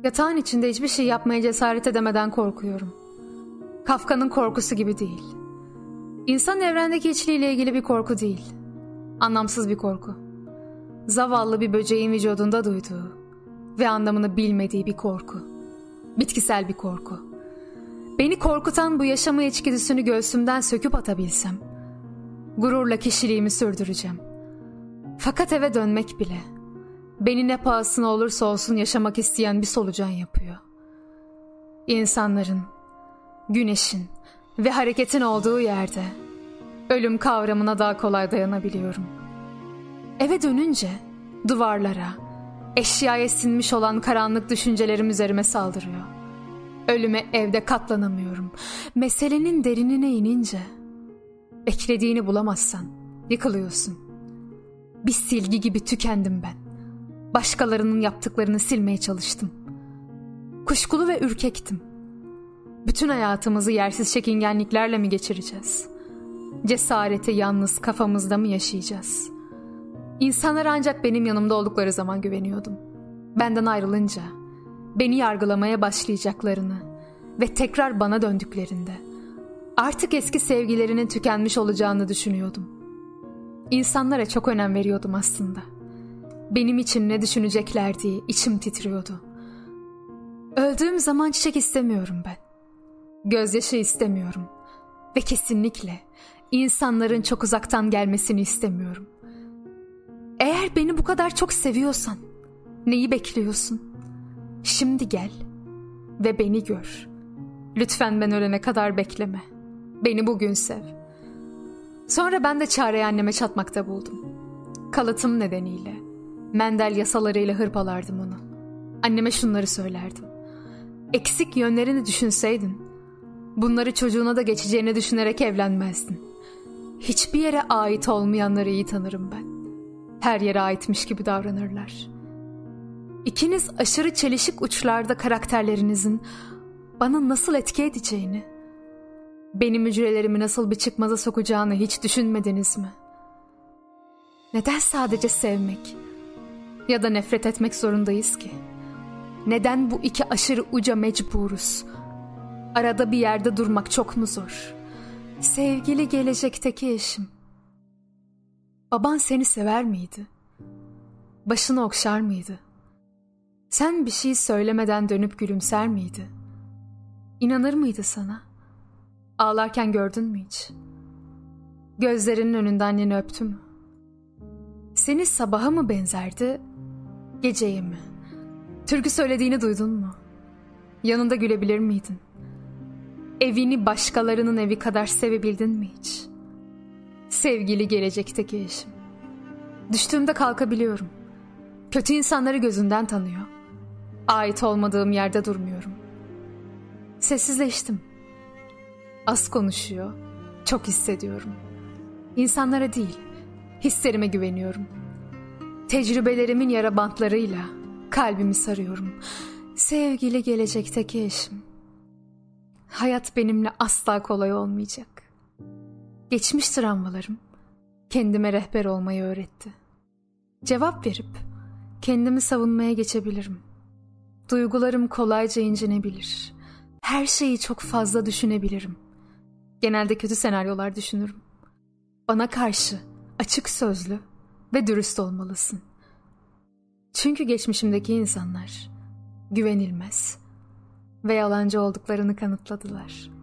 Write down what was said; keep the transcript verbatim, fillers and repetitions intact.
Yatağın içinde hiçbir şey yapmaya cesaret edemeden korkuyorum. Kafka'nın korkusu gibi değil. İnsan evrendeki içliğiyle ilgili bir korku değil. Anlamsız bir korku. Zavallı bir böceğin vücudunda duyduğu ve anlamını bilmediği bir korku. Bitkisel bir korku. Beni korkutan bu yaşama içgüdüsünü göğsümden söküp atabilsem, gururla kişiliğimi sürdüreceğim. Fakat eve dönmek bile, beni ne pahasına olursa olsun yaşamak isteyen bir solucan yapıyor. İnsanların, güneşin ve hareketin olduğu yerde, ölüm kavramına daha kolay dayanabiliyorum. Eve dönünce, duvarlara, eşyaya sinmiş olan karanlık düşüncelerim üzerime saldırıyor. Ölüme evde katlanamıyorum. Meselenin derinine inince, beklediğini bulamazsan yıkılıyorsun. Bir silgi gibi tükendim ben. Başkalarının yaptıklarını silmeye çalıştım. Kuşkulu ve ürkektim. Bütün hayatımızı yersiz çekingenliklerle mi geçireceğiz? Cesareti yalnız kafamızda mı yaşayacağız? İnsanlar ancak benim yanımda oldukları zaman güveniyordum. Benden ayrılınca, beni yargılamaya başlayacaklarını ve tekrar bana döndüklerinde artık eski sevgilerinin tükenmiş olacağını düşünüyordum. İnsanlara çok önem veriyordum aslında. Benim için ne düşünecekler diye içim titriyordu. Öldüğüm zaman çiçek istemiyorum ben. Gözyaşı istemiyorum. Ve kesinlikle insanların çok uzaktan gelmesini istemiyorum. Eğer beni bu kadar çok seviyorsan, neyi bekliyorsun? Şimdi gel ve beni gör. Lütfen ben ölene kadar bekleme. Beni bugün sev. Sonra ben de çareyi anneme çatmakta buldum. Kalıtım nedeniyle, Mendel yasalarıyla hırpalardım onu. Anneme şunları söylerdim. Eksik yönlerini düşünseydin, bunları çocuğuna da geçeceğini düşünerek evlenmezdin. Hiçbir yere ait olmayanları iyi tanırım ben. Her yere aitmiş gibi davranırlar. İkiniz aşırı çelişik uçlarda karakterlerinizin bana nasıl etki edeceğini, benim hücrelerimi nasıl bir çıkmaza sokacağını hiç düşünmediniz mi? Neden sadece sevmek ya da nefret etmek zorundayız ki? Neden bu iki aşırı uca mecburuz? Arada bir yerde durmak çok mu zor? Sevgili gelecekteki eşim, baban seni sever miydi? Başını okşar mıydı? Sen bir şey söylemeden dönüp gülümser miydi? İnanır mıydı sana? Ağlarken gördün mü hiç? Gözlerinin önünde anneni öptü mü? Seni sabaha mı benzerdi, geceye mi? Türkü söylediğini duydun mu? Yanında gülebilir miydin? Evini başkalarının evi kadar sevebildin mi hiç? Sevgili gelecekteki eşim. Düştüğümde kalkabiliyorum. Kötü insanları gözünden tanıyor. Ait olmadığım yerde durmuyorum. Sessizleştim. Az konuşuyor, çok hissediyorum. İnsanlara değil, hislerime güveniyorum. Tecrübelerimin yara bantlarıyla kalbimi sarıyorum. Sevgili gelecekteki eşim. Hayat benimle asla kolay olmayacak. Geçmiş travmalarım kendime rehber olmayı öğretti. Cevap verip kendimi savunmaya geçebilirim. Duygularım kolayca incinebilir. Her şeyi çok fazla düşünebilirim. Genelde kötü senaryolar düşünürüm. Bana karşı açık sözlü ve dürüst olmalısın. Çünkü geçmişimdeki insanlar güvenilmez ve yalancı olduklarını kanıtladılar.